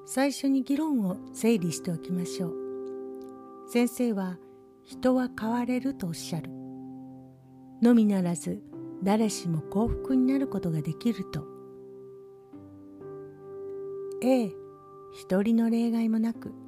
最初に議論を整理しておきましょう。先生は人は変われるとおっしゃる。のみならず誰しも幸福になることができると。一人の例外もなく。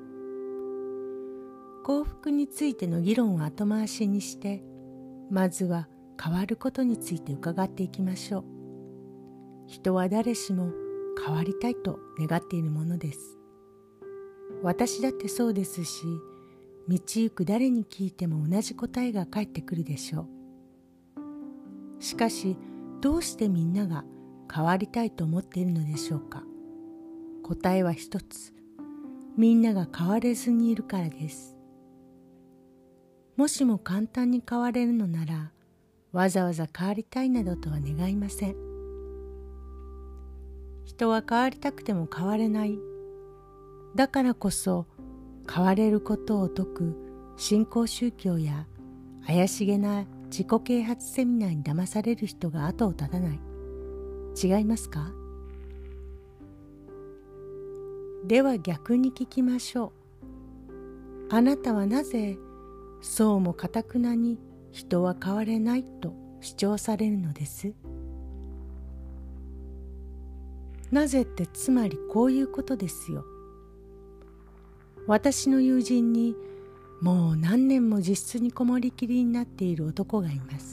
幸福についての議論を後回しにして、まずは変わることについて伺っていきましょう。人は誰しも変わりたいと願っているものです。私だってそうですし、道行く誰に聞いても同じ答えが返ってくるでしょう。しかし、どうしてみんなが変わりたいと思っているのでしょうか。答えは一つ。みんなが変われずにいるからです。もしも簡単に変われるのなら、わざわざ変わりたいなどとは願いません。人は変わりたくても変われない。だからこそ、変われることを説く新興宗教や怪しげな自己啓発セミナーに騙される人が後を絶たない。違いますか？では逆に聞きましょう。あなたはなぜそうも堅くなに人は変われないと主張されるのです？なぜってつまりこういうことですよ。私の友人にもう何年も自室にこもりきりになっている男がいます。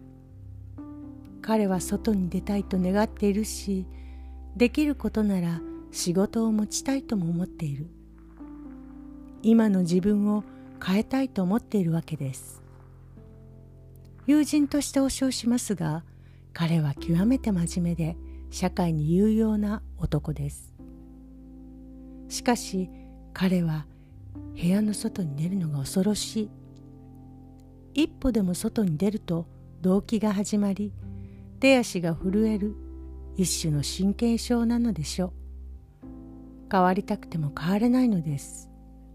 彼は外に出たいと願っているし、できることなら仕事を持ちたいとも思っている。今の自分を変えたいと思っているわけです。友人として保証しますが、彼は極めて真面目で社会に有用な男です。しかし彼は部屋の外に出るのが恐ろしい。一歩でも外に出ると動悸が始まり、手足が震える一種の神経症なのでしょう。変わりたくても変われないのです。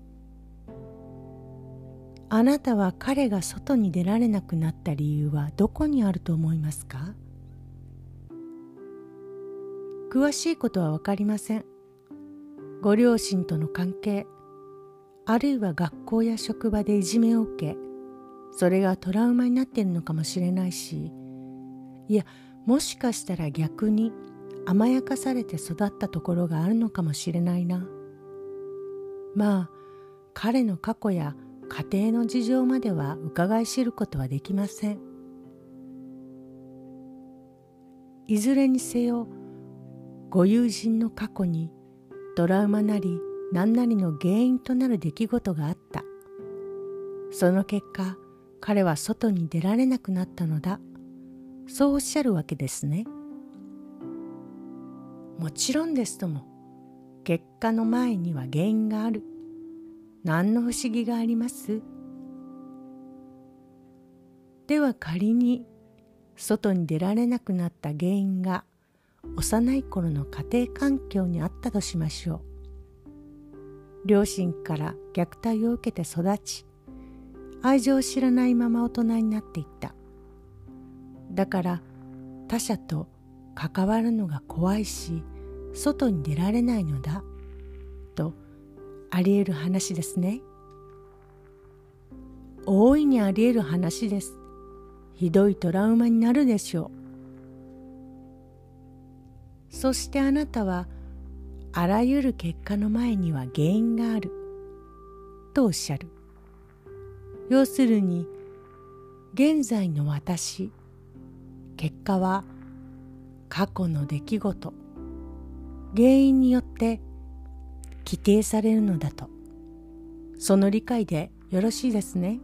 あなたは彼が外に出られなくなった理由はどこにあると思いますか？詳しいことはわかりません。ご両親との関係、あるいは学校や職場でいじめを受け、それがトラウマになっているのかもしれないし、いや、もしかしたら逆に甘やかされて育ったところがあるのかもしれないな。まあ、彼の過去や家庭の事情までは伺い知ることはできません。いずれにせよ、ご友人の過去にトラウマなり何なりの原因となる出来事があった。その結果、彼は外に出られなくなったのだ。そうおっしゃるわけですね。もちろんですとも、結果の前には原因がある。何の不思議があります？では仮に外に出られなくなった原因が幼い頃の家庭環境にあったとしましょう。両親から虐待を受けて育ち、愛情を知らないまま大人になっていった。だから他者と関わるのが怖いし、外に出られないのだとあり得る話ですね。大いにあり得る話です。ひどいトラウマになるでしょう。そしてあなたはあらゆる結果の前には原因があるとおっしゃる。要するに現在の私、結果は過去の出来事、原因によって規定されるのだと。その理解でよろしいですね。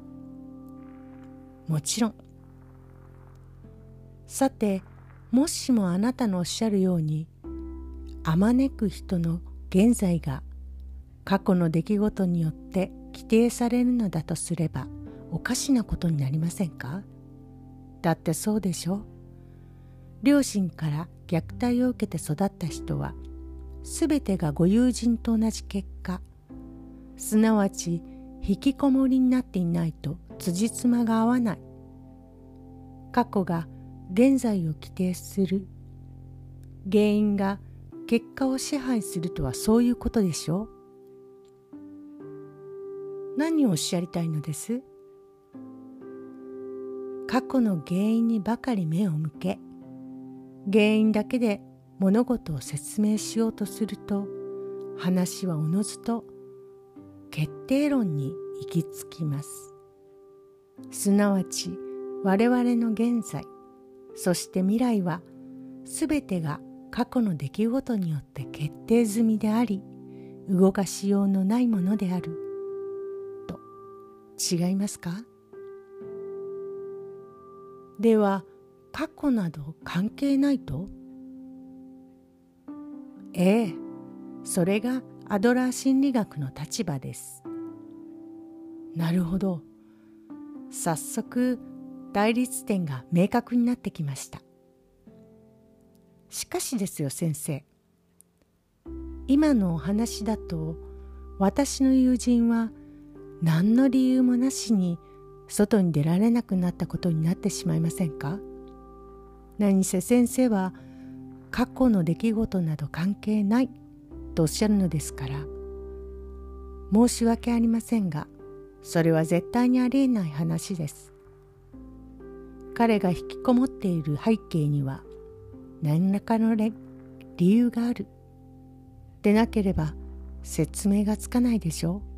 もちろん。さて、もしもあなたのおっしゃるように、あまねく人の現在が過去の出来事によって規定されるのだとすれば、おかしなことになりませんか？だってそうでしょ。両親から虐待を受けて育った人は、すべてがご友人と同じ結果、すなわち引きこもりになっていないと辻褄が合わない。過去が現在を規定する。原因が結果を支配するとはそういうことでしょう。何をおっしゃりたいのです？過去の原因にばかり目を向け、原因だけで物事を説明しようとすると、話はおのずと決定論に行き着きます。すなわち我々の現在、そして未来はすべてが過去の出来事によって決定済みであり、動かしようのないものであると違いますか？では過去など関係ないと？ええ、それがアドラー心理学の立場です。なるほど。早速対立点が明確になってきました。しかしですよ先生、今のお話だと私の友人は何の理由もなしに外に出られなくなったことになってしまいませんか？何せ先生は過去の出来事など関係ないとおっしゃるのですから、申し訳ありませんが、それは絶対にありえない話です。彼が引きこもっている背景には何らかの理由がある。でなければ説明がつかないでしょ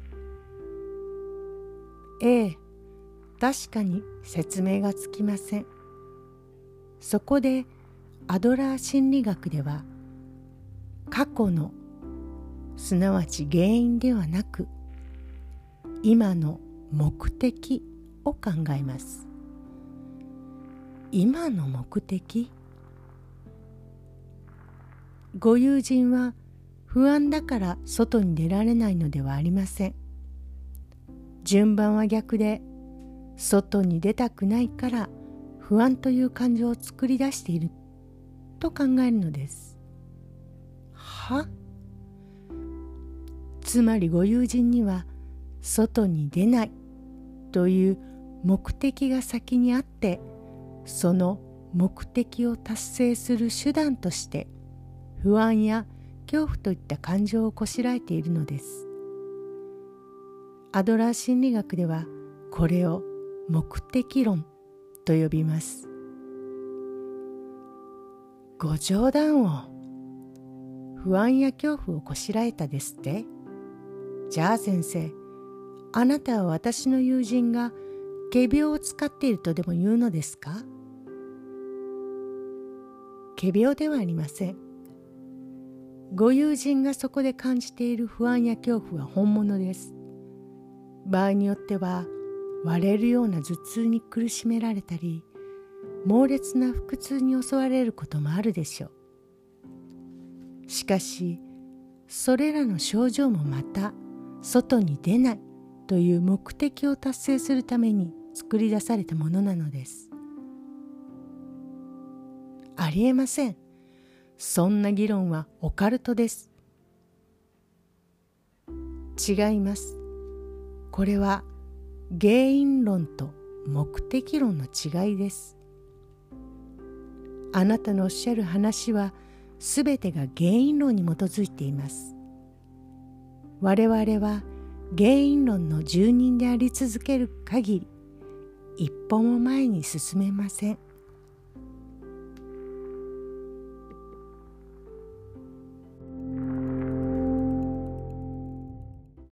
う。ええ、確かに説明がつきません。そこでアドラー心理学では、過去のすなわち原因ではなく、今の目的を考えます。今の目的？ご友人は不安だから外に出られないのではありません。順番は逆で、外に出たくないから不安という感情を作り出していると考えるのです。は？つまりご友人には外に出ないという目的が先にあって、その目的を達成する手段として不安や恐怖といった感情をこしらえているのです。アドラー心理学ではこれを目的論と呼びます。ご冗談を。不安や恐怖をこしらえたですって？じゃあ先生、あなたは私の友人が仮病を使っているとでも言うのですか？仮病ではありません。ご友人がそこで感じている不安や恐怖は本物です。場合によっては割れるような頭痛に苦しめられたり、猛烈な腹痛に襲われることもあるでしょう。しかしそれらの症状もまた外に出ないという目的を達成するために作り出されたものなのです。ありえません。そんな議論はオカルトです。違います。これは原因論と目的論の違いです。あなたのおっしゃる話はすべてが原因論に基づいています。我々は原因論の住人であり続ける限り、一歩も前に進めません。